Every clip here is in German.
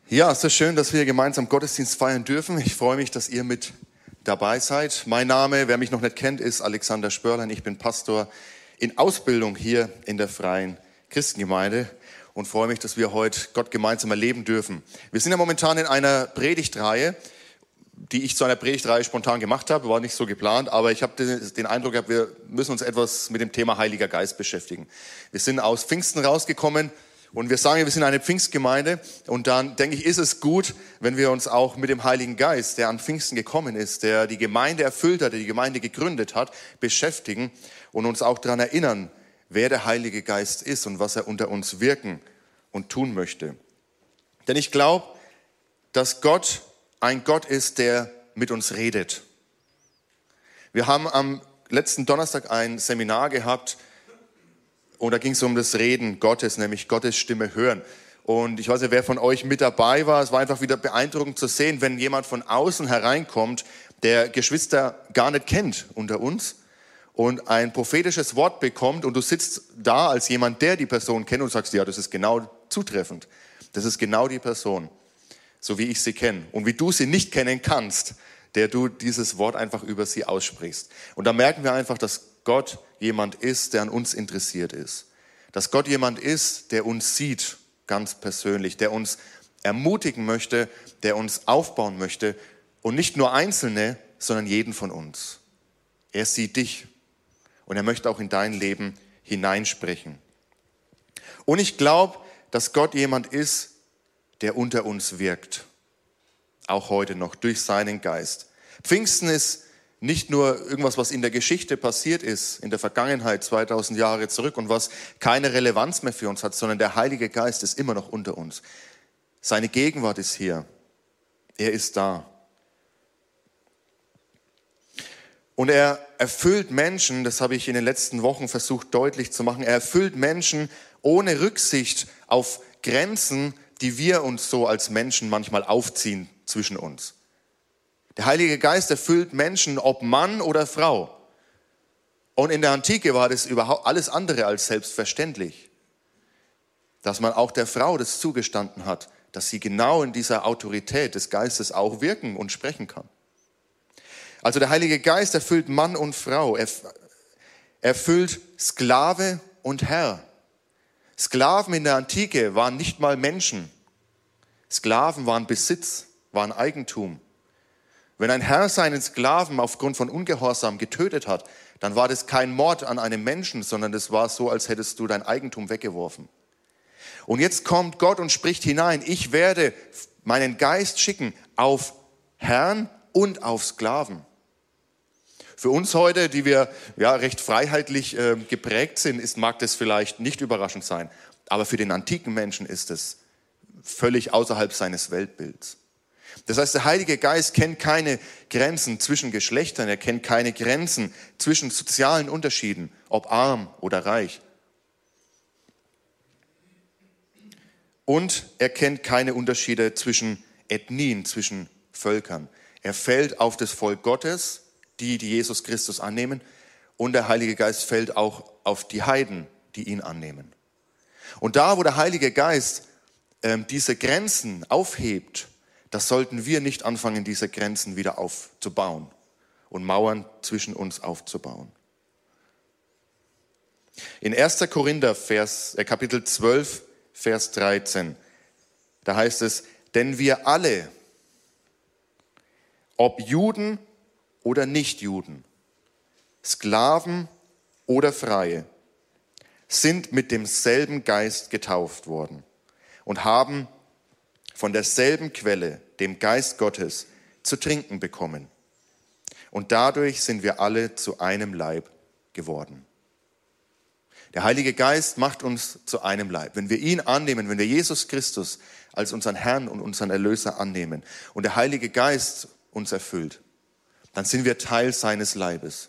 Ja, es ist schön, dass wir gemeinsam Gottesdienst feiern dürfen. Ich freue mich, dass ihr mit dabei seid. Mein Name, wer mich noch nicht kennt, ist Alexander Spörlein. Ich bin Pastor in Ausbildung hier in der Freien Christengemeinde und freue mich, dass wir heute Gott gemeinsam erleben dürfen. Wir sind ja momentan in einer Predigtreihe, die ich zu einer Predigtreihe spontan gemacht habe, war nicht so geplant, aber ich habe den Eindruck gehabt, wir müssen uns etwas mit dem Thema Heiliger Geist beschäftigen. Wir sind aus Pfingsten rausgekommen und wir sagen, wir sind eine Pfingstgemeinde und dann denke ich, ist es gut, wenn wir uns auch mit dem Heiligen Geist, der an Pfingsten gekommen ist, der die Gemeinde erfüllt hat, der die Gemeinde gegründet hat, beschäftigen und uns auch daran erinnern, wer der Heilige Geist ist und was er unter uns wirken und tun möchte. Denn ich glaube, dass Gott ein Gott ist, der mit uns redet. Wir haben am letzten Donnerstag ein Seminar gehabt und da ging es um das Reden Gottes, nämlich Gottes Stimme hören. Und ich weiß nicht, wer von euch mit dabei war. Es war einfach wieder beeindruckend zu sehen, wenn jemand von außen hereinkommt, der Geschwister gar nicht kennt unter uns und ein prophetisches Wort bekommt und du sitzt da als jemand, der die Person kennt und sagst, ja, das ist genau zutreffend. Das ist genau die Person, so wie ich sie kenne und wie du sie nicht kennen kannst, der du dieses Wort einfach über sie aussprichst. Und da merken wir einfach, dass Gott jemand ist, der an uns interessiert ist. Dass Gott jemand ist, der uns sieht, ganz persönlich, der uns ermutigen möchte, der uns aufbauen möchte und nicht nur Einzelne, sondern jeden von uns. Er sieht dich und er möchte auch in dein Leben hineinsprechen. Und ich glaube, dass Gott jemand ist, der unter uns wirkt, auch heute noch durch seinen Geist. Pfingsten ist nicht nur irgendwas, was in der Geschichte passiert ist, in der Vergangenheit 2000 Jahre zurück und was keine Relevanz mehr für uns hat, sondern der Heilige Geist ist immer noch unter uns. Seine Gegenwart ist hier. Er ist da. Und er erfüllt Menschen, das habe ich in den letzten Wochen versucht deutlich zu machen, er erfüllt Menschen ohne Rücksicht auf Grenzen, die wir uns so als Menschen manchmal aufziehen zwischen uns. Der Heilige Geist erfüllt Menschen, ob Mann oder Frau. Und in der Antike war das überhaupt alles andere als selbstverständlich, dass man auch der Frau das zugestanden hat, dass sie genau in dieser Autorität des Geistes auch wirken und sprechen kann. Also der Heilige Geist erfüllt Mann und Frau, er erfüllt Sklave und Herr. Sklaven in der Antike waren nicht mal Menschen. Sklaven waren Besitz, waren Eigentum. Wenn ein Herr seinen Sklaven aufgrund von Ungehorsam getötet hat, dann war das kein Mord an einem Menschen, sondern das war so, als hättest du dein Eigentum weggeworfen. Und jetzt kommt Gott und spricht hinein, ich werde meinen Geist schicken auf Herrn und auf Sklaven. Für uns heute, die wir recht freiheitlich geprägt sind, mag das vielleicht nicht überraschend sein. Aber für den antiken Menschen ist es völlig außerhalb seines Weltbilds. Das heißt, der Heilige Geist kennt keine Grenzen zwischen Geschlechtern, er kennt keine Grenzen zwischen sozialen Unterschieden, ob arm oder reich. Und er kennt keine Unterschiede zwischen Ethnien, zwischen Völkern. Er fällt auf das Volk Gottes, die Jesus Christus annehmen, und der Heilige Geist fällt auch auf die Heiden, die ihn annehmen. Und da, wo der Heilige Geist diese Grenzen aufhebt, das sollten wir nicht anfangen, diese Grenzen wieder aufzubauen und Mauern zwischen uns aufzubauen. In 1. Korinther Kapitel 12, Vers 13, da heißt es, denn wir alle, ob Juden oder Nichtjuden, Sklaven oder Freie, sind mit demselben Geist getauft worden und haben von derselben Quelle, dem Geist Gottes, zu trinken bekommen. Und dadurch sind wir alle zu einem Leib geworden. Der Heilige Geist macht uns zu einem Leib. Wenn wir ihn annehmen, wenn wir Jesus Christus als unseren Herrn und unseren Erlöser annehmen und der Heilige Geist uns erfüllt, dann sind wir Teil seines Leibes.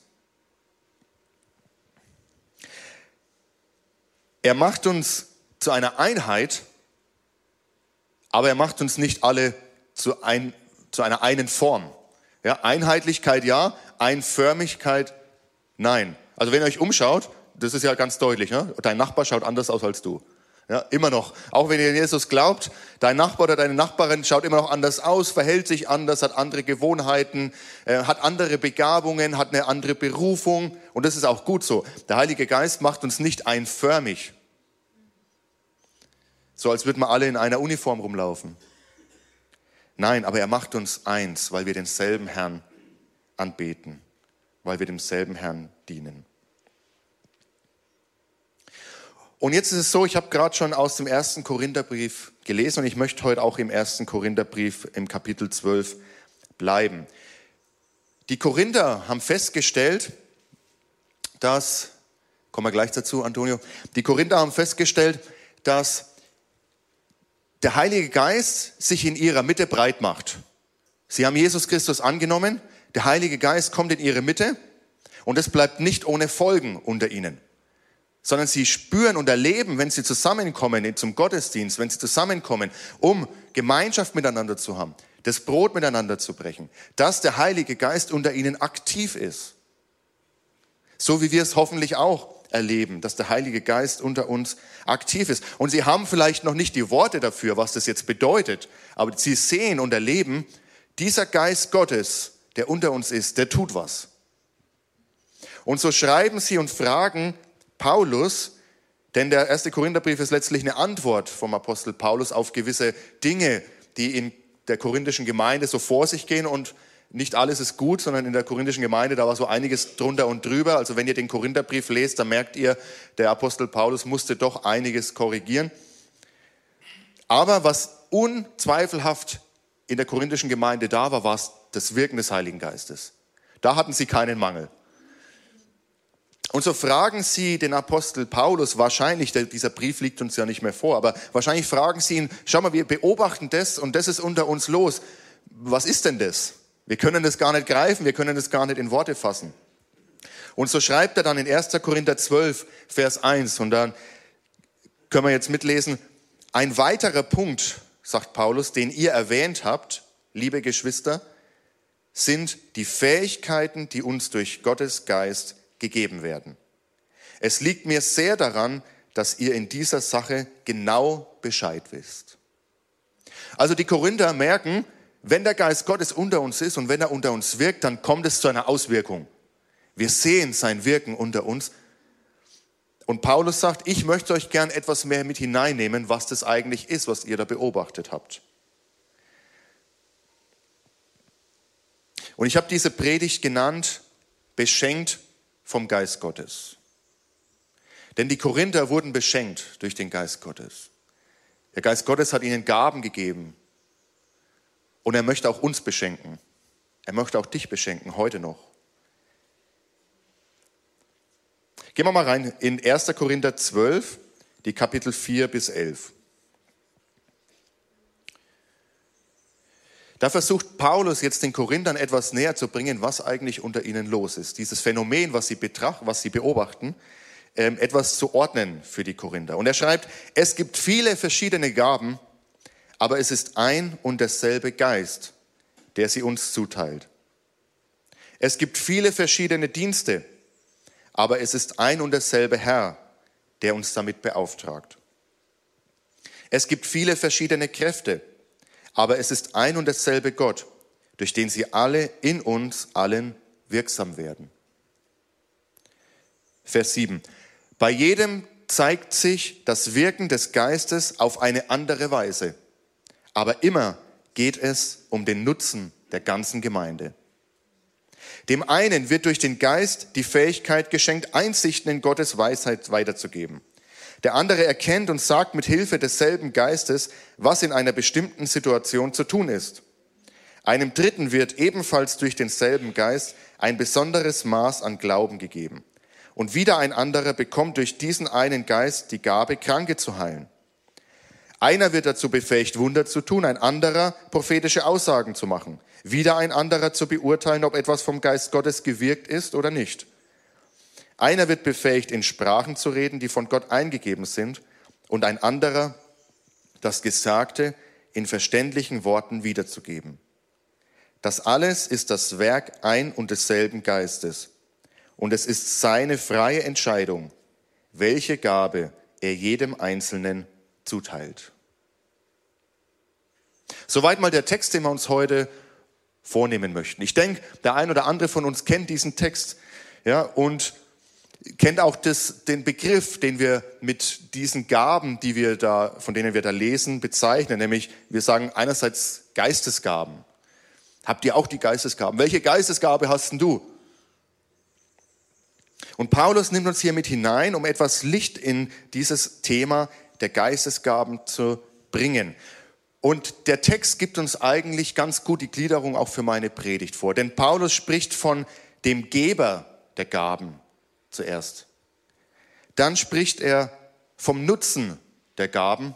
Er macht uns zu einer Einheit, aber er macht uns nicht alle zu einer einen Form. Ja, Einheitlichkeit ja, Einförmigkeit nein. Also wenn ihr euch umschaut, das ist ja ganz deutlich, ne? Dein Nachbar schaut anders aus als du. Ja, immer noch. Auch wenn ihr an Jesus glaubt, dein Nachbar oder deine Nachbarin schaut immer noch anders aus, verhält sich anders, hat andere Gewohnheiten, hat andere Begabungen, hat eine andere Berufung. Und das ist auch gut so. Der Heilige Geist macht uns nicht einförmig. So als würden wir alle in einer Uniform rumlaufen. Nein, aber er macht uns eins, weil wir denselben Herrn anbeten, weil wir demselben Herrn dienen. Und jetzt ist es so, ich habe gerade schon aus dem 1. Korintherbrief gelesen und ich möchte heute auch im 1. Korintherbrief im Kapitel 12 bleiben. Die Korinther haben festgestellt, kommen wir gleich dazu, Antonio, die Korinther haben festgestellt, dass der Heilige Geist sich in ihrer Mitte breit macht. Sie haben Jesus Christus angenommen, der Heilige Geist kommt in ihre Mitte und es bleibt nicht ohne Folgen unter ihnen. Sondern sie spüren und erleben, wenn sie zusammenkommen zum Gottesdienst, wenn sie zusammenkommen, um Gemeinschaft miteinander zu haben, das Brot miteinander zu brechen, dass der Heilige Geist unter ihnen aktiv ist. So wie wir es hoffentlich auch erleben, dass der Heilige Geist unter uns aktiv ist. Und sie haben vielleicht noch nicht die Worte dafür, was das jetzt bedeutet, aber sie sehen und erleben, dieser Geist Gottes, der unter uns ist, der tut was. Und so schreiben sie und fragen Paulus, denn der 1. Korintherbrief ist letztlich eine Antwort vom Apostel Paulus auf gewisse Dinge, die in der korinthischen Gemeinde so vor sich gehen und nicht alles ist gut, sondern in der korinthischen Gemeinde, da war so einiges drunter und drüber. Also wenn ihr den Korintherbrief lest, dann merkt ihr, der Apostel Paulus musste doch einiges korrigieren. Aber was unzweifelhaft in der korinthischen Gemeinde da war, war das Wirken des Heiligen Geistes. Da hatten sie keinen Mangel. Und so fragen sie den Apostel Paulus, wahrscheinlich, dieser Brief liegt uns ja nicht mehr vor, aber wahrscheinlich fragen sie ihn, schau mal, wir beobachten das und das ist unter uns los. Was ist denn das? Wir können das gar nicht greifen, wir können das gar nicht in Worte fassen. Und so schreibt er dann in 1. Korinther 12, Vers 1, und dann können wir jetzt mitlesen, ein weiterer Punkt, sagt Paulus, den ihr erwähnt habt, liebe Geschwister, sind die Fähigkeiten, die uns durch Gottes Geist gegeben werden. Es liegt mir sehr daran, dass ihr in dieser Sache genau Bescheid wisst. Also die Korinther merken, wenn der Geist Gottes unter uns ist und wenn er unter uns wirkt, dann kommt es zu einer Auswirkung. Wir sehen sein Wirken unter uns. Und Paulus sagt, ich möchte euch gern etwas mehr mit hineinnehmen, was das eigentlich ist, was ihr da beobachtet habt. Und ich habe diese Predigt genannt, beschenkt vom Geist Gottes. Denn die Korinther wurden beschenkt durch den Geist Gottes. Der Geist Gottes hat ihnen Gaben gegeben. Und er möchte auch uns beschenken. Er möchte auch dich beschenken, heute noch. Gehen wir mal rein in 1. Korinther 12, die Kapitel 4 bis 11. Da versucht Paulus jetzt den Korinthern etwas näher zu bringen, was eigentlich unter ihnen los ist. Dieses Phänomen, was sie beobachten, etwas zu ordnen für die Korinther. Und er schreibt, es gibt viele verschiedene Gaben, aber es ist ein und derselbe Geist, der sie uns zuteilt. Es gibt viele verschiedene Dienste, aber es ist ein und derselbe Herr, der uns damit beauftragt. Es gibt viele verschiedene Kräfte, aber es ist ein und derselbe Gott, durch den sie alle in uns allen wirksam werden. Vers 7. Bei jedem zeigt sich das Wirken des Geistes auf eine andere Weise. Aber immer geht es um den Nutzen der ganzen Gemeinde. Dem einen wird durch den Geist die Fähigkeit geschenkt, Einsichten in Gottes Weisheit weiterzugeben. Der andere erkennt und sagt mit Hilfe desselben Geistes, was in einer bestimmten Situation zu tun ist. Einem Dritten wird ebenfalls durch denselben Geist ein besonderes Maß an Glauben gegeben. Und wieder ein anderer bekommt durch diesen einen Geist die Gabe, Kranke zu heilen. Einer wird dazu befähigt, Wunder zu tun, ein anderer prophetische Aussagen zu machen. Wieder ein anderer zu beurteilen, ob etwas vom Geist Gottes gewirkt ist oder nicht. Einer wird befähigt, in Sprachen zu reden, die von Gott eingegeben sind, und ein anderer, das Gesagte in verständlichen Worten wiederzugeben. Das alles ist das Werk ein und desselben Geistes. Und es ist seine freie Entscheidung, welche Gabe er jedem Einzelnen zuteilt. Soweit mal der Text, den wir uns heute vornehmen möchten. Ich denke, der ein oder andere von uns kennt diesen Text, ja, und kennt auch den Begriff, den wir mit diesen Gaben, von denen wir da lesen, bezeichnen. Nämlich, wir sagen einerseits Geistesgaben. Habt ihr auch die Geistesgaben? Welche Geistesgabe hast denn du? Und Paulus nimmt uns hier mit hinein, um etwas Licht in dieses Thema der Geistesgaben zu bringen. Und der Text gibt uns eigentlich ganz gut die Gliederung auch für meine Predigt vor. Denn Paulus spricht von dem Geber der Gaben zuerst. Dann spricht er vom Nutzen der Gaben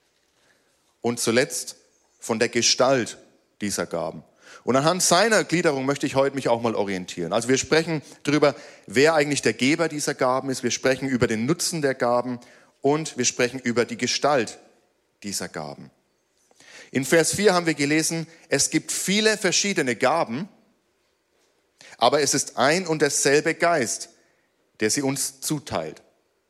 und zuletzt von der Gestalt dieser Gaben. Und anhand seiner Gliederung möchte ich heute mich auch mal orientieren. Also wir sprechen darüber, wer eigentlich der Geber dieser Gaben ist. Wir sprechen über den Nutzen der Gaben und wir sprechen über die Gestalt dieser Gaben. In Vers 4 haben wir gelesen, es gibt viele verschiedene Gaben, aber es ist ein und derselbe Geist, der sie uns zuteilt.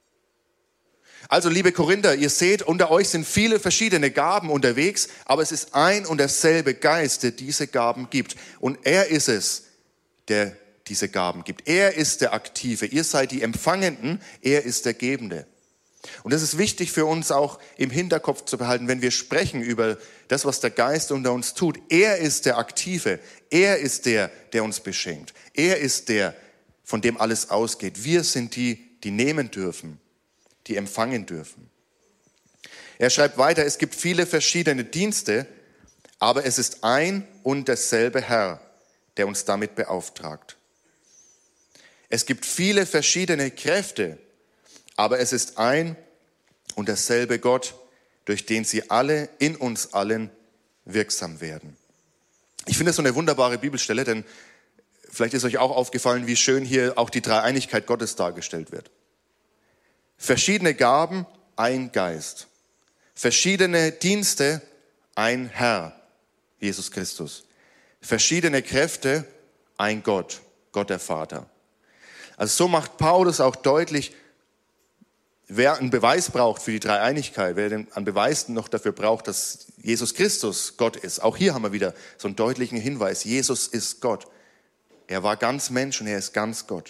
Also, liebe Korinther, ihr seht, unter euch sind viele verschiedene Gaben unterwegs, aber es ist ein und derselbe Geist, der diese Gaben gibt. Und er ist es, der diese Gaben gibt. Er ist der Aktive. Ihr seid die Empfangenden, er ist der Gebende. Und das ist wichtig für uns auch im Hinterkopf zu behalten, wenn wir sprechen über das, was der Geist unter uns tut. Er ist der Aktive. Er ist der, der uns beschenkt. Er ist der, von dem alles ausgeht. Wir sind die, die nehmen dürfen, die empfangen dürfen. Er schreibt weiter, es gibt viele verschiedene Dienste, aber es ist ein und derselbe Herr, der uns damit beauftragt. Es gibt viele verschiedene Kräfte, aber es ist ein und derselbe Gott, durch den sie alle in uns allen wirksam werden. Ich finde das so eine wunderbare Bibelstelle, denn vielleicht ist euch auch aufgefallen, wie schön hier auch die Dreieinigkeit Gottes dargestellt wird. Verschiedene Gaben, ein Geist. Verschiedene Dienste, ein Herr, Jesus Christus. Verschiedene Kräfte, ein Gott, Gott der Vater. Also so macht Paulus auch deutlich, wer einen Beweis braucht für die Dreieinigkeit, wer einen Beweis noch dafür braucht, dass Jesus Christus Gott ist. Auch hier haben wir wieder so einen deutlichen Hinweis. Jesus ist Gott. Er war ganz Mensch und er ist ganz Gott.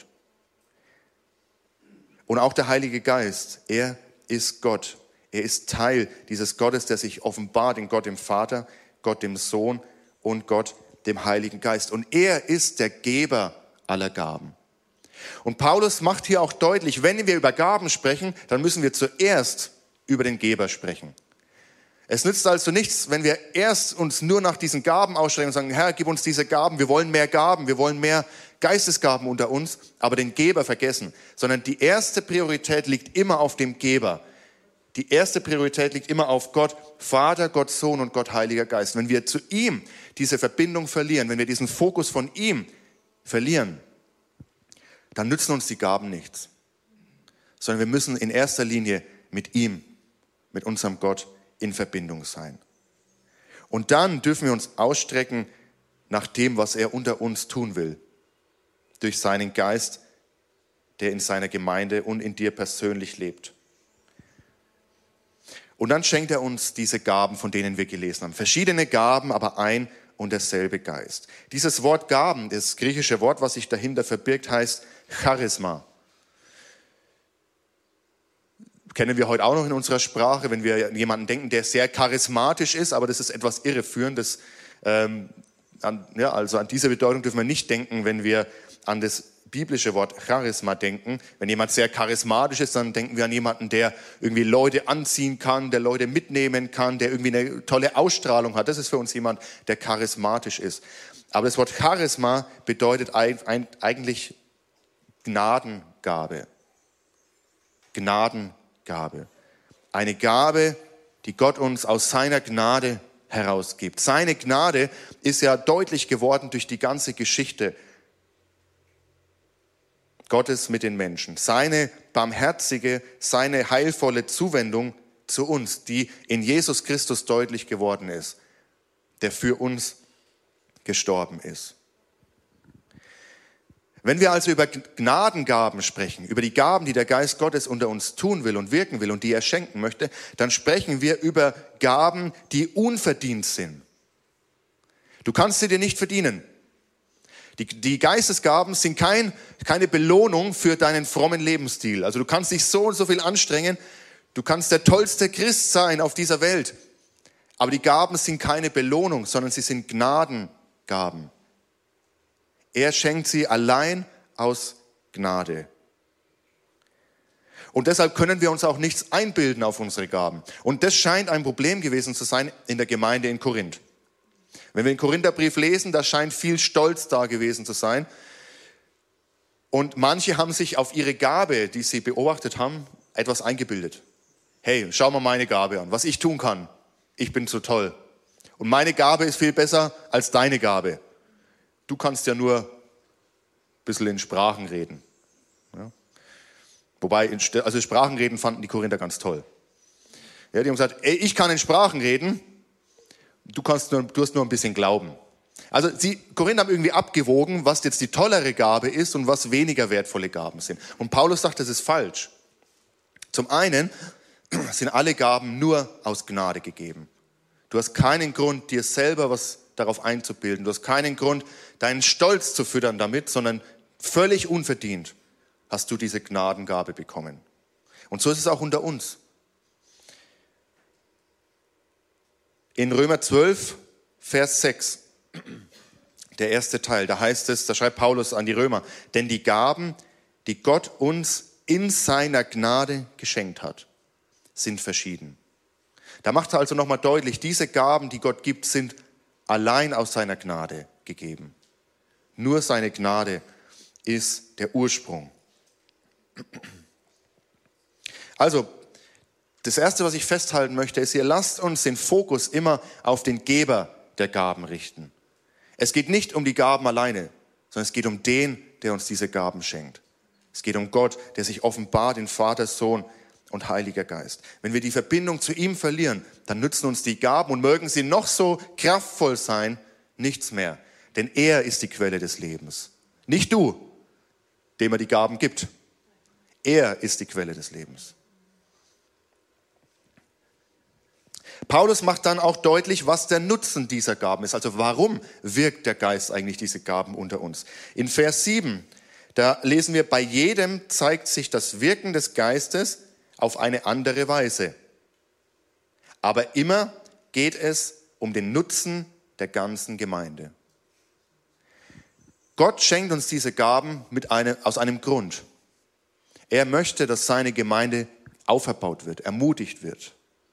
Und auch der Heilige Geist, er ist Gott. Er ist Teil dieses Gottes, der sich offenbart in Gott dem Vater, Gott dem Sohn und Gott dem Heiligen Geist. Und er ist der Geber aller Gaben. Und Paulus macht hier auch deutlich, wenn wir über Gaben sprechen, dann müssen wir zuerst über den Geber sprechen. Es nützt also nichts, wenn wir erst uns nur nach diesen Gaben ausstrecken und sagen, Herr, gib uns diese Gaben, wir wollen mehr Gaben, wir wollen mehr Geistesgaben unter uns, aber den Geber vergessen. Sondern die erste Priorität liegt immer auf dem Geber. Die erste Priorität liegt immer auf Gott, Vater, Gott, Sohn und Gott, Heiliger Geist. Wenn wir zu ihm diese Verbindung verlieren, wenn wir diesen Fokus von ihm verlieren, dann nützen uns die Gaben nichts. Sondern wir müssen in erster Linie mit ihm, mit unserem Gott in Verbindung sein. Und dann dürfen wir uns ausstrecken nach dem, was er unter uns tun will. Durch seinen Geist, der in seiner Gemeinde und in dir persönlich lebt. Und dann schenkt er uns diese Gaben, von denen wir gelesen haben. Verschiedene Gaben, aber ein und derselbe Geist. Dieses Wort Gaben, das griechische Wort, was sich dahinter verbirgt, heißt Charisma. Kennen wir heute auch noch in unserer Sprache, wenn wir jemanden denken, der sehr charismatisch ist, aber das ist etwas Irreführendes. Also an diese Bedeutung dürfen wir nicht denken, wenn wir an das biblische Wort Charisma denken. Wenn jemand sehr charismatisch ist, dann denken wir an jemanden, der irgendwie Leute anziehen kann, der Leute mitnehmen kann, der irgendwie eine tolle Ausstrahlung hat. Das ist für uns jemand, der charismatisch ist. Aber das Wort Charisma bedeutet eigentlich Gnadengabe. Gnadengabe. Eine Gabe, die Gott uns aus seiner Gnade herausgibt. Seine Gnade ist ja deutlich geworden durch die ganze Geschichte Gottes mit den Menschen. Seine barmherzige, seine heilvolle Zuwendung zu uns, die in Jesus Christus deutlich geworden ist, der für uns gestorben ist. Wenn wir also über Gnadengaben sprechen, über die Gaben, die der Geist Gottes unter uns tun will und wirken will und die er schenken möchte, dann sprechen wir über Gaben, die unverdient sind. Du kannst sie dir nicht verdienen. Die Geistesgaben sind keine Belohnung für deinen frommen Lebensstil. Also du kannst dich so und so viel anstrengen, du kannst der tollste Christ sein auf dieser Welt. Aber die Gaben sind keine Belohnung, sondern sie sind Gnadengaben. Er schenkt sie allein aus Gnade. Und deshalb können wir uns auch nichts einbilden auf unsere Gaben. Und das scheint ein Problem gewesen zu sein in der Gemeinde in Korinth. Wenn wir den Korintherbrief lesen, da scheint viel Stolz da gewesen zu sein. Und manche haben sich auf ihre Gabe, die sie beobachtet haben, etwas eingebildet. Hey, schau mal meine Gabe an, was ich tun kann. Ich bin so toll. Und meine Gabe ist viel besser als deine Gabe. Du kannst ja nur ein bisschen in Sprachen reden. Ja? Wobei, also Sprachenreden fanden die Korinther ganz toll. Ja, die haben gesagt, ey, ich kann in Sprachen reden, du hast nur ein bisschen Glauben. Also die Korinther haben irgendwie abgewogen, was jetzt die tollere Gabe ist und was weniger wertvolle Gaben sind. Und Paulus sagt, das ist falsch. Zum einen sind alle Gaben nur aus Gnade gegeben. Du hast keinen Grund, dir selber was darauf einzubilden. Du hast keinen Grund, deinen Stolz zu füttern damit, sondern völlig unverdient hast du diese Gnadengabe bekommen. Und so ist es auch unter uns. In Römer 12, Vers 6, der erste Teil, da heißt es, da schreibt Paulus an die Römer, denn die Gaben, die Gott uns in seiner Gnade geschenkt hat, sind verschieden. Da macht er also nochmal deutlich, diese Gaben, die Gott gibt, sind allein aus seiner Gnade gegeben. Nur seine Gnade ist der Ursprung. Also, das Erste, was ich festhalten möchte, ist, ihr lasst uns den Fokus immer auf den Geber der Gaben richten. Es geht nicht um die Gaben alleine, sondern es geht um den, der uns diese Gaben schenkt. Es geht um Gott, der sich offenbart in Vater, Sohn und Heiliger Geist. Wenn wir die Verbindung zu ihm verlieren, dann nützen uns die Gaben und mögen sie noch so kraftvoll sein, nichts mehr. Denn er ist die Quelle des Lebens. Nicht du, dem er die Gaben gibt. Er ist die Quelle des Lebens. Paulus macht dann auch deutlich, was der Nutzen dieser Gaben ist. Also warum wirkt der Geist eigentlich diese Gaben unter uns? In Vers 7, da lesen wir, bei jedem zeigt sich das Wirken des Geistes auf eine andere Weise. Aber immer geht es um den Nutzen der ganzen Gemeinde. Gott schenkt uns diese Gaben aus einem Grund. Er möchte, dass seine Gemeinde auferbaut wird, ermutigt wird.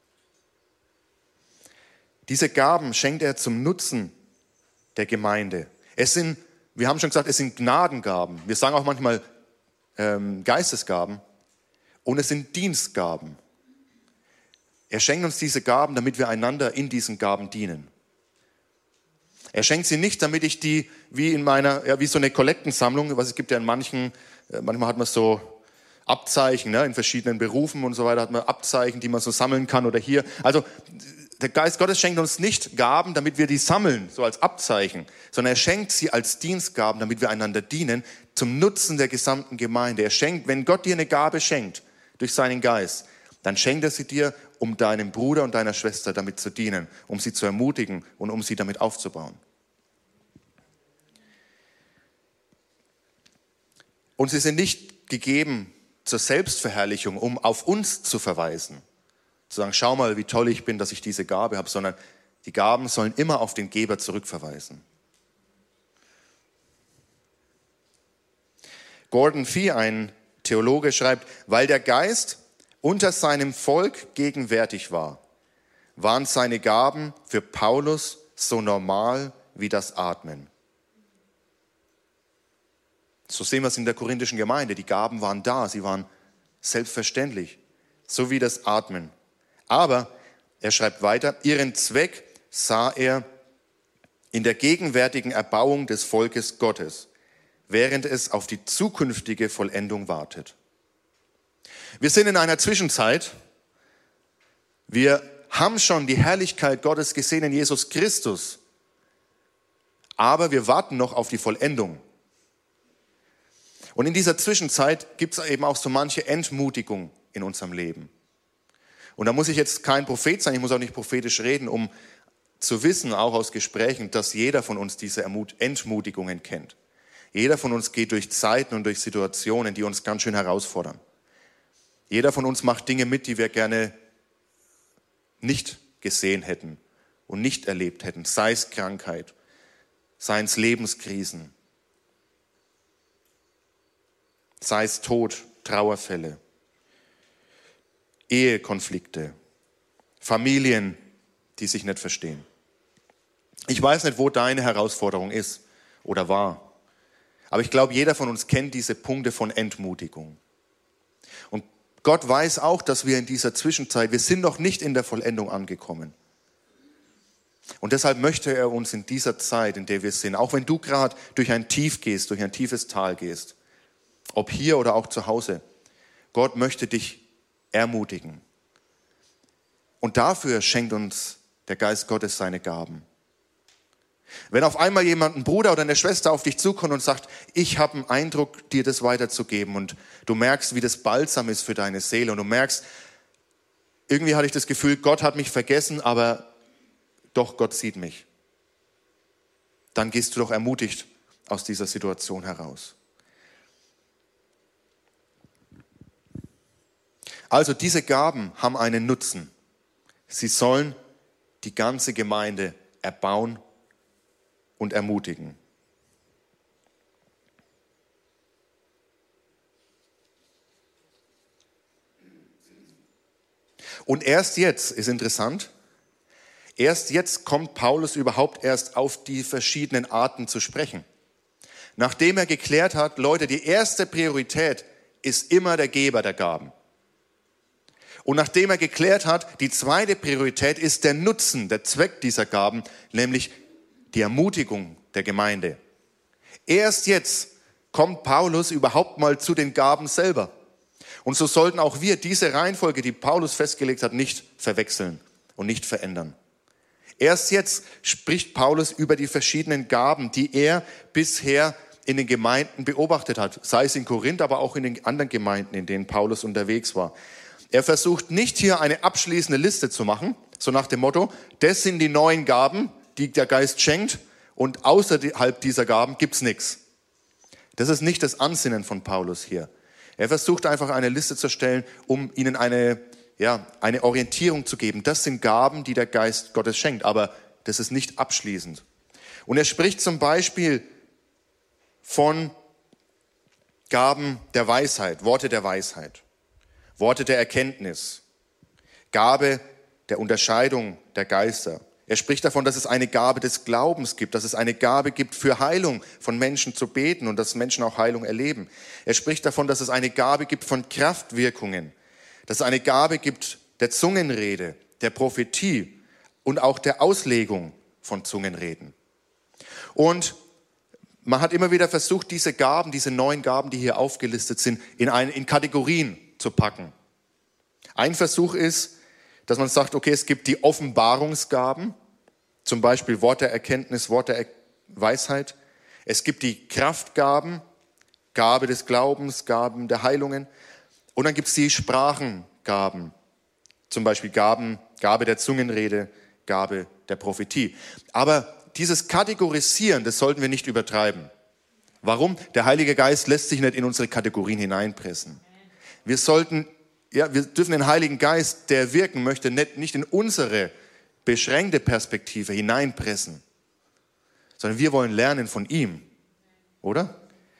Diese Gaben schenkt er zum Nutzen der Gemeinde. Wir haben schon gesagt, es sind Gnadengaben. Wir sagen auch manchmal Geistesgaben. Und es sind Dienstgaben. Er schenkt uns diese Gaben, damit wir einander in diesen Gaben dienen. Er schenkt sie nicht, damit ich die wie so eine Kollektensammlung, was es gibt ja in manchmal hat man so Abzeichen, ne, in verschiedenen Berufen und so weiter hat man Abzeichen, die man so sammeln kann oder hier. Also der Geist Gottes schenkt uns nicht Gaben, damit wir die sammeln, so als Abzeichen, sondern er schenkt sie als Dienstgaben, damit wir einander dienen, zum Nutzen der gesamten Gemeinde. Er schenkt, wenn Gott dir eine Gabe schenkt, durch seinen Geist, dann schenkt er sie dir, um deinem Bruder und deiner Schwester damit zu dienen, um sie zu ermutigen und um sie damit aufzubauen. Und sie sind nicht gegeben zur Selbstverherrlichung, um auf uns zu verweisen. Zu sagen, schau mal, wie toll ich bin, dass ich diese Gabe habe, sondern die Gaben sollen immer auf den Geber zurückverweisen. Gordon Fee, ein Theologe, schreibt, weil der Geist unter seinem Volk gegenwärtig war, waren seine Gaben für Paulus so normal wie das Atmen. So sehen wir es in der korinthischen Gemeinde. Die Gaben waren da, sie waren selbstverständlich, so wie das Atmen. Aber, er schreibt weiter, ihren Zweck sah er in der gegenwärtigen Erbauung des Volkes Gottes, während es auf die zukünftige Vollendung wartet. Wir sind in einer Zwischenzeit. Wir haben schon die Herrlichkeit Gottes gesehen in Jesus Christus, aber wir warten noch auf die Vollendung. Und in dieser Zwischenzeit gibt es eben auch so manche Entmutigung in unserem Leben. Und da muss ich jetzt kein Prophet sein, ich muss auch nicht prophetisch reden, um zu wissen, auch aus Gesprächen, dass jeder von uns diese Entmutigungen kennt. Jeder von uns geht durch Zeiten und durch Situationen, die uns ganz schön herausfordern. Jeder von uns macht Dinge mit, die wir gerne nicht gesehen hätten und nicht erlebt hätten. Sei es Krankheit, seien es Lebenskrisen, sei es Tod, Trauerfälle, Ehekonflikte, Familien, die sich nicht verstehen. Ich weiß nicht, wo deine Herausforderung ist oder war, aber ich glaube, jeder von uns kennt diese Punkte von Entmutigung. Und Gott weiß auch, dass wir in dieser Zwischenzeit, wir sind noch nicht in der Vollendung angekommen. Und deshalb möchte er uns in dieser Zeit, in der wir sind, auch wenn du gerade durch ein Tief gehst, durch ein tiefes Tal gehst, ob hier oder auch zu Hause, Gott möchte dich ermutigen. Und dafür schenkt uns der Geist Gottes seine Gaben. Wenn auf einmal jemand, ein Bruder oder eine Schwester auf dich zukommt und sagt, ich habe einen Eindruck, dir das weiterzugeben, und du merkst, wie das Balsam ist für deine Seele, und du merkst, irgendwie hatte ich das Gefühl, Gott hat mich vergessen, aber doch, Gott sieht mich. Dann gehst du doch ermutigt aus dieser Situation heraus. Also diese Gaben haben einen Nutzen. Sie sollen die ganze Gemeinde erbauen und ermutigen. Und erst jetzt, ist interessant, erst jetzt kommt Paulus überhaupt erst auf die verschiedenen Arten zu sprechen. Nachdem er geklärt hat, Leute, die erste Priorität ist immer der Geber der Gaben. Und nachdem er geklärt hat, die zweite Priorität ist der Nutzen, der Zweck dieser Gaben, nämlich die Ermutigung der Gemeinde. Erst jetzt kommt Paulus überhaupt mal zu den Gaben selber. Und so sollten auch wir diese Reihenfolge, die Paulus festgelegt hat, nicht verwechseln und nicht verändern. Erst jetzt spricht Paulus über die verschiedenen Gaben, die er bisher in den Gemeinden beobachtet hat, sei es in Korinth, aber auch in den anderen Gemeinden, in denen Paulus unterwegs war. Er versucht nicht hier eine abschließende Liste zu machen, so nach dem Motto, das sind die neuen Gaben, die der Geist schenkt, und außerhalb dieser Gaben gibt's nichts. Das ist nicht das Ansinnen von Paulus hier. Er versucht einfach eine Liste zu stellen, um ihnen eine Orientierung zu geben. Das sind Gaben, die der Geist Gottes schenkt, aber das ist nicht abschließend. Und er spricht zum Beispiel von Gaben der Weisheit, Worte der Weisheit, Worte der Erkenntnis, Gabe der Unterscheidung der Geister. Er spricht davon, dass es eine Gabe des Glaubens gibt, dass es eine Gabe gibt, für Heilung von Menschen zu beten und dass Menschen auch Heilung erleben. Er spricht davon, dass es eine Gabe gibt von Kraftwirkungen, dass es eine Gabe gibt der Zungenrede, der Prophetie und auch der Auslegung von Zungenreden. Und man hat immer wieder versucht, diese Gaben, diese neuen Gaben, die hier aufgelistet sind, in Kategorien zu packen. Ein Versuch ist, dass man sagt, okay, es gibt die Offenbarungsgaben, zum Beispiel Wort der Erkenntnis, Wort der Weisheit. Es gibt die Kraftgaben, Gabe des Glaubens, Gaben der Heilungen. Und dann gibt es die Sprachengaben, zum Beispiel Gabe der Zungenrede, Gabe der Prophetie. Aber dieses Kategorisieren, das sollten wir nicht übertreiben. Warum? Der Heilige Geist lässt sich nicht in unsere Kategorien hineinpressen. Wir dürfen den Heiligen Geist, der wirken möchte, nicht in unsere beschränkte Perspektive hineinpressen, sondern wir wollen lernen von ihm, oder?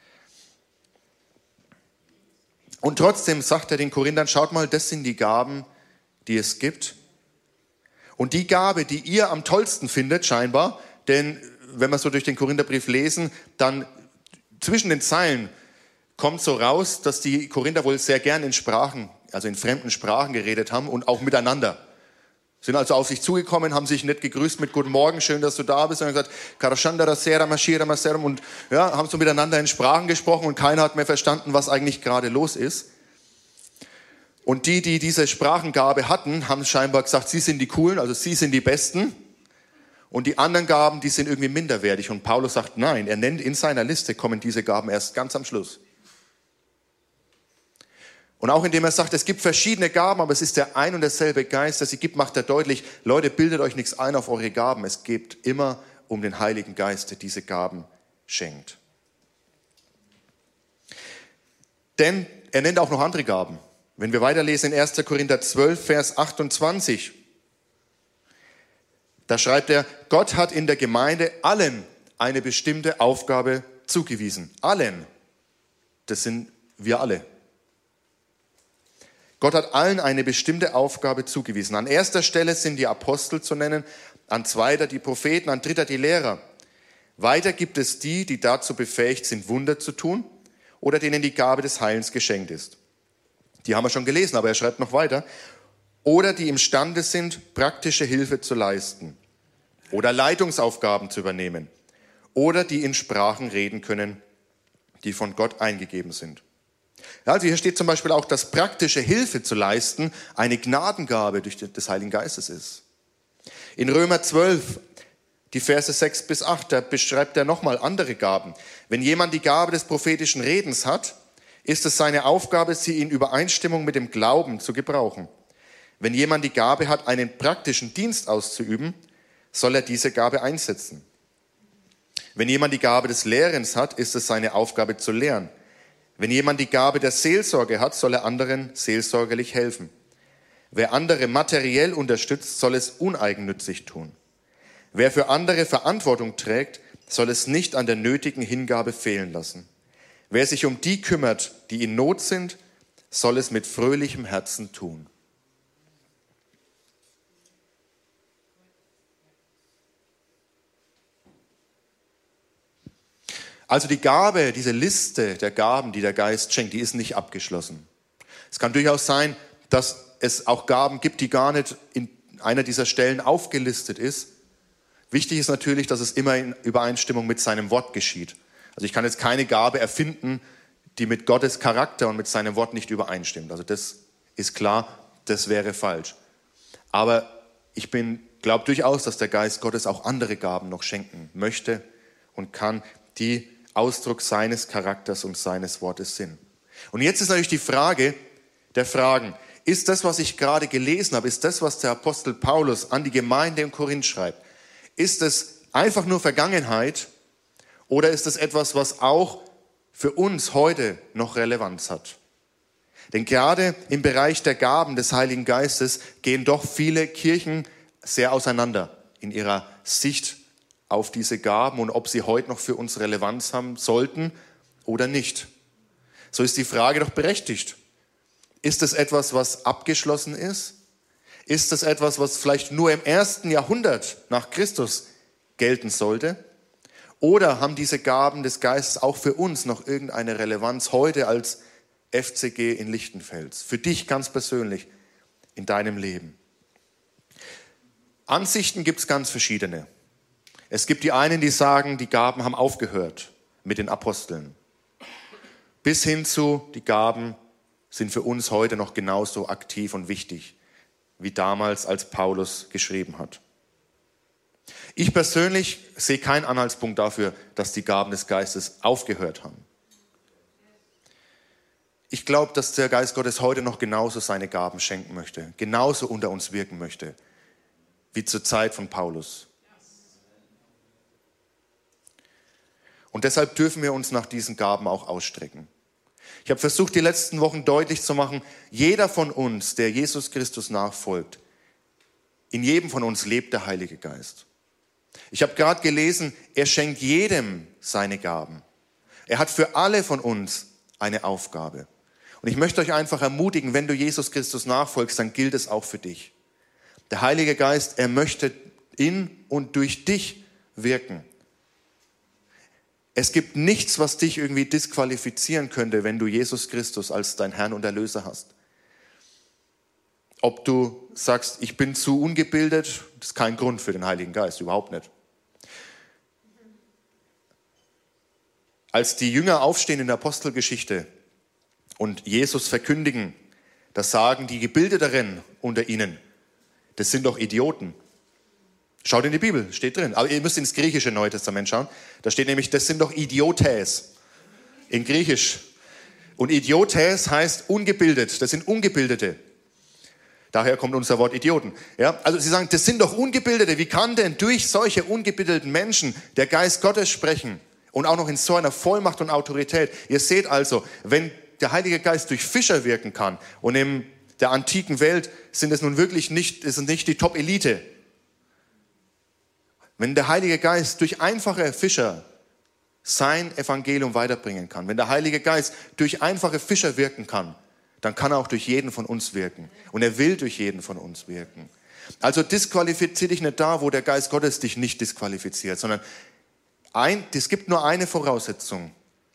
Und trotzdem sagt er den Korinthern, schaut mal, das sind die Gaben, die es gibt. Und die Gabe, die ihr am tollsten findet, scheinbar, denn wenn wir so durch den Korintherbrief lesen, dann zwischen den Zeilen kommt so raus, dass die Korinther wohl sehr gern in Sprachen, also in fremden Sprachen geredet haben und auch miteinander. Sind also auf sich zugekommen, haben sich nicht gegrüßt mit Guten Morgen, schön, dass du da bist, sondern gesagt, Karashandara Sera Mashira Maserum, und haben so miteinander in Sprachen gesprochen und keiner hat mehr verstanden, was eigentlich gerade los ist. Und die diese Sprachengabe hatten, haben scheinbar gesagt, sie sind die Coolen, also sie sind die Besten. Und die anderen Gaben, die sind irgendwie minderwertig. Und Paulus sagt, nein, er nennt in seiner Liste, kommen diese Gaben erst ganz am Schluss. Und auch indem er sagt, es gibt verschiedene Gaben, aber es ist der ein und derselbe Geist, der sie gibt, macht er deutlich, Leute, bildet euch nichts ein auf eure Gaben. Es geht immer um den Heiligen Geist, der diese Gaben schenkt. Denn er nennt auch noch andere Gaben. Wenn wir weiterlesen in 1. Korinther 12, Vers 28, da schreibt er, Gott hat in der Gemeinde allen eine bestimmte Aufgabe zugewiesen. Allen. Das sind wir alle. Gott hat allen eine bestimmte Aufgabe zugewiesen. An erster Stelle sind die Apostel zu nennen, an zweiter die Propheten, an dritter die Lehrer. Weiter gibt es die, die dazu befähigt sind, Wunder zu tun oder denen die Gabe des Heilens geschenkt ist. Die haben wir schon gelesen, aber er schreibt noch weiter. Oder die imstande sind, praktische Hilfe zu leisten oder Leitungsaufgaben zu übernehmen oder die in Sprachen reden können, die von Gott eingegeben sind. Also hier steht zum Beispiel auch, dass praktische Hilfe zu leisten eine Gnadengabe des Heiligen Geistes ist. In Römer 12, die Verse 6 bis 8, da beschreibt er nochmal andere Gaben. Wenn jemand die Gabe des prophetischen Redens hat, ist es seine Aufgabe, sie in Übereinstimmung mit dem Glauben zu gebrauchen. Wenn jemand die Gabe hat, einen praktischen Dienst auszuüben, soll er diese Gabe einsetzen. Wenn jemand die Gabe des Lehrens hat, ist es seine Aufgabe zu lehren. Wenn jemand die Gabe der Seelsorge hat, soll er anderen seelsorgerlich helfen. Wer andere materiell unterstützt, soll es uneigennützig tun. Wer für andere Verantwortung trägt, soll es nicht an der nötigen Hingabe fehlen lassen. Wer sich um die kümmert, die in Not sind, soll es mit fröhlichem Herzen tun. Also die Gabe, diese Liste der Gaben, die der Geist schenkt, die ist nicht abgeschlossen. Es kann durchaus sein, dass es auch Gaben gibt, die gar nicht in einer dieser Stellen aufgelistet ist. Wichtig ist natürlich, dass es immer in Übereinstimmung mit seinem Wort geschieht. Also ich kann jetzt keine Gabe erfinden, die mit Gottes Charakter und mit seinem Wort nicht übereinstimmt. Also das ist klar, das wäre falsch. Aber ich glaube durchaus, dass der Geist Gottes auch andere Gaben noch schenken möchte und kann, die Ausdruck seines Charakters und seines Wortes sind. Und jetzt ist natürlich die Frage der Fragen. Ist das, was ich gerade gelesen habe, ist das, was der Apostel Paulus an die Gemeinde in Korinth schreibt, ist es einfach nur Vergangenheit oder ist es etwas, was auch für uns heute noch Relevanz hat? Denn gerade im Bereich der Gaben des Heiligen Geistes gehen doch viele Kirchen sehr auseinander in ihrer Sicht auf diese Gaben und ob sie heute noch für uns Relevanz haben sollten oder nicht. So ist die Frage doch berechtigt. Ist es etwas, was abgeschlossen ist? Ist es etwas, was vielleicht nur im 1. Jahrhundert nach Christus gelten sollte? Oder haben diese Gaben des Geistes auch für uns noch irgendeine Relevanz heute als FCG in Lichtenfels? Für dich ganz persönlich in deinem Leben? Ansichten gibt es ganz verschiedene. Es gibt die einen, die sagen, die Gaben haben aufgehört mit den Aposteln. Bis hin zu, die Gaben sind für uns heute noch genauso aktiv und wichtig, wie damals, als Paulus geschrieben hat. Ich persönlich sehe keinen Anhaltspunkt dafür, dass die Gaben des Geistes aufgehört haben. Ich glaube, dass der Geist Gottes heute noch genauso seine Gaben schenken möchte, genauso unter uns wirken möchte, wie zur Zeit von Paulus. Und deshalb dürfen wir uns nach diesen Gaben auch ausstrecken. Ich habe versucht, die letzten Wochen deutlich zu machen, jeder von uns, der Jesus Christus nachfolgt, in jedem von uns lebt der Heilige Geist. Ich habe gerade gelesen, er schenkt jedem seine Gaben. Er hat für alle von uns eine Aufgabe. Und ich möchte euch einfach ermutigen, wenn du Jesus Christus nachfolgst, dann gilt es auch für dich. Der Heilige Geist, er möchte in und durch dich wirken. Es gibt nichts, was dich irgendwie disqualifizieren könnte, wenn du Jesus Christus als dein Herrn und Erlöser hast. Ob du sagst, ich bin zu ungebildet, das ist kein Grund für den Heiligen Geist, überhaupt nicht. Als die Jünger aufstehen in der Apostelgeschichte und Jesus verkündigen, da sagen die Gebildeteren unter ihnen, das sind doch Idioten. Schaut in die Bibel, steht drin. Aber ihr müsst ins griechische Neue Testament schauen. Da steht nämlich, das sind doch Idiotes. In Griechisch. Und Idiotes heißt ungebildet. Das sind Ungebildete. Daher kommt unser Wort Idioten. Ja, also sie sagen, das sind doch Ungebildete. Wie kann denn durch solche ungebildeten Menschen der Geist Gottes sprechen? Und auch noch in so einer Vollmacht und Autorität. Ihr seht also, wenn der Heilige Geist durch Fischer wirken kann und in der antiken Welt sind es nun wirklich nicht, ist es nicht die Top-Elite. Wenn der Heilige Geist durch einfache Fischer sein Evangelium weiterbringen kann, wenn der Heilige Geist durch einfache Fischer wirken kann, dann kann er auch durch jeden von uns wirken. Und er will durch jeden von uns wirken. Also disqualifiziere dich nicht da, wo der Geist Gottes dich nicht disqualifiziert, sondern es gibt nur eine Voraussetzung,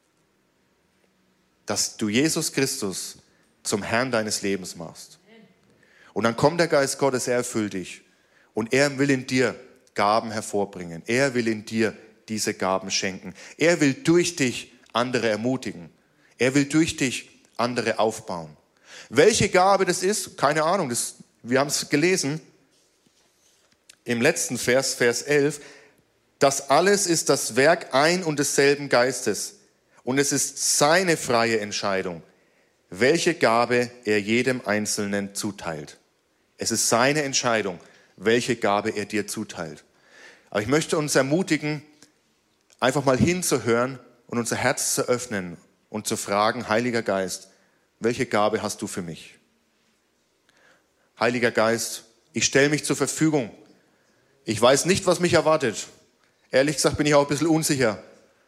dass du Jesus Christus zum Herrn deines Lebens machst. Und dann kommt der Geist Gottes, er erfüllt dich. Und er will in dir Gaben hervorbringen. Er will in dir diese Gaben schenken. Er will durch dich andere ermutigen. Er will durch dich andere aufbauen. Welche Gabe das ist, keine Ahnung. Wir haben es gelesen im letzten Vers, Vers 11. Das alles ist das Werk ein und desselben Geistes. Und es ist seine freie Entscheidung, welche Gabe er jedem Einzelnen zuteilt. Es ist seine Entscheidung, welche Gabe er dir zuteilt. Aber ich möchte uns ermutigen, einfach mal hinzuhören und unser Herz zu öffnen und zu fragen, Heiliger Geist, welche Gabe hast du für mich? Heiliger Geist, ich stelle mich zur Verfügung. Ich weiß nicht, was mich erwartet. Ehrlich gesagt bin ich auch ein bisschen unsicher.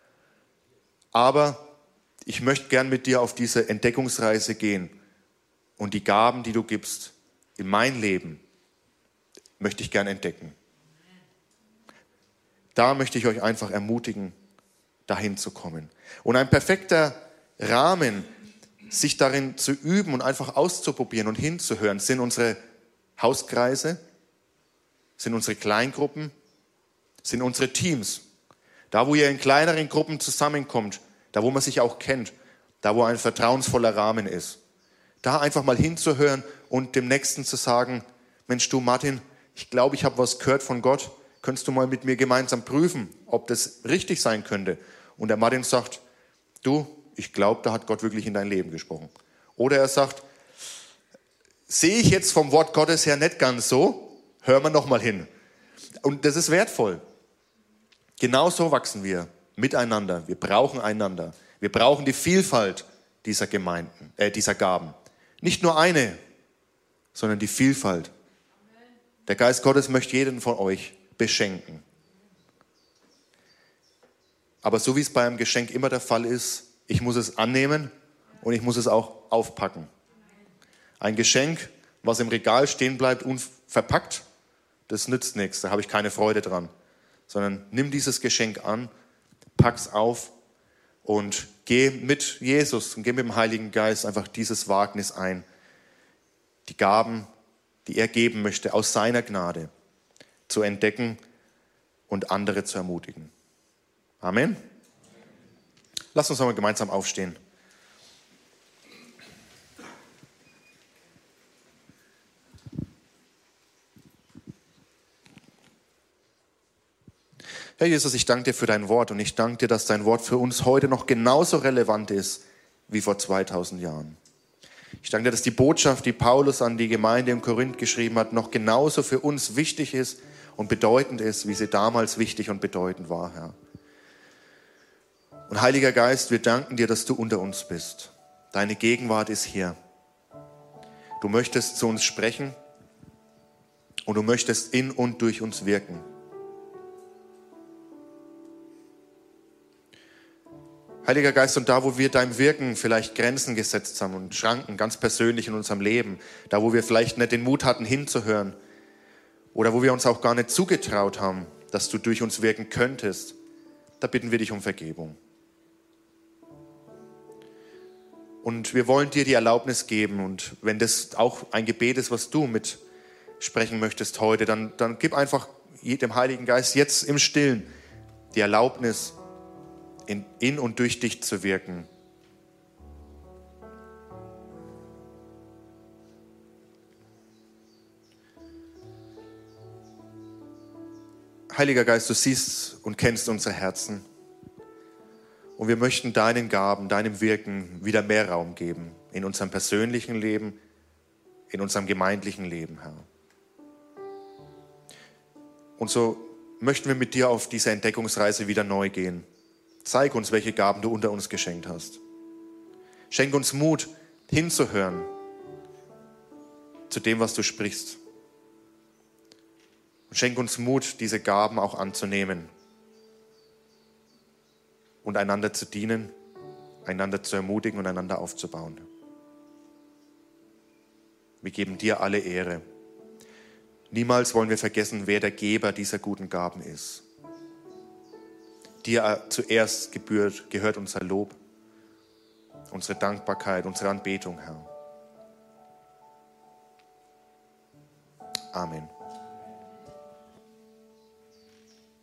Aber ich möchte gern mit dir auf diese Entdeckungsreise gehen. Und die Gaben, die du gibst, in mein Leben, möchte ich gern entdecken. Da möchte ich euch einfach ermutigen, dahin zu kommen. Und ein perfekter Rahmen, sich darin zu üben und einfach auszuprobieren und hinzuhören, sind unsere Hauskreise, sind unsere Kleingruppen, sind unsere Teams. Da, wo ihr in kleineren Gruppen zusammenkommt, da, wo man sich auch kennt, da, wo ein vertrauensvoller Rahmen ist. Da einfach mal hinzuhören und dem Nächsten zu sagen, Mensch, du Martin, ich glaube, ich habe was gehört von Gott. Könntest du mal mit mir gemeinsam prüfen, ob das richtig sein könnte? Und der Martin sagt, du, ich glaube, da hat Gott wirklich in dein Leben gesprochen. Oder er sagt, sehe ich jetzt vom Wort Gottes her nicht ganz so, hören wir noch mal hin. Und das ist wertvoll. Genauso wachsen wir miteinander. Wir brauchen einander. Wir brauchen die Vielfalt dieser dieser Gaben. Nicht nur eine, sondern die Vielfalt. Der Geist Gottes möchte jeden von euch beschenken. Aber so wie es bei einem Geschenk immer der Fall ist, ich muss es annehmen und ich muss es auch aufpacken. Ein Geschenk, was im Regal stehen bleibt, unverpackt, das nützt nichts, da habe ich keine Freude dran. Sondern nimm dieses Geschenk an, pack's auf und geh mit Jesus und geh mit dem Heiligen Geist einfach dieses Wagnis ein. Die Gaben, die er geben möchte, aus seiner Gnade zu entdecken und andere zu ermutigen. Amen. Lass uns nochmal gemeinsam aufstehen. Herr Jesus, ich danke dir für dein Wort und ich danke dir, dass dein Wort für uns heute noch genauso relevant ist wie vor 2000 Jahren. Ich danke dir, dass die Botschaft, die Paulus an die Gemeinde in Korinth geschrieben hat, noch genauso für uns wichtig ist und bedeutend ist, wie sie damals wichtig und bedeutend war, Herr. Und Heiliger Geist, wir danken dir, dass du unter uns bist. Deine Gegenwart ist hier. Du möchtest zu uns sprechen und du möchtest in und durch uns wirken. Heiliger Geist, und da, wo wir deinem Wirken vielleicht Grenzen gesetzt haben und Schranken ganz persönlich in unserem Leben, da, wo wir vielleicht nicht den Mut hatten, hinzuhören oder wo wir uns auch gar nicht zugetraut haben, dass du durch uns wirken könntest, da bitten wir dich um Vergebung. Und wir wollen dir die Erlaubnis geben und wenn das auch ein Gebet ist, was du mitsprechen möchtest heute, dann gib einfach dem Heiligen Geist jetzt im Stillen die Erlaubnis, in und durch dich zu wirken. Heiliger Geist, du siehst und kennst unsere Herzen. Und wir möchten deinen Gaben, deinem Wirken wieder mehr Raum geben. In unserem persönlichen Leben, in unserem gemeindlichen Leben, Herr. Und so möchten wir mit dir auf diese Entdeckungsreise wieder neu gehen. Zeig uns, welche Gaben du unter uns geschenkt hast. Schenk uns Mut, hinzuhören zu dem, was du sprichst. Und schenk uns Mut, diese Gaben auch anzunehmen und einander zu dienen, einander zu ermutigen und einander aufzubauen. Wir geben dir alle Ehre. Niemals wollen wir vergessen, wer der Geber dieser guten Gaben ist. Dir zuerst gehört unser Lob, unsere Dankbarkeit, unsere Anbetung, Herr. Amen.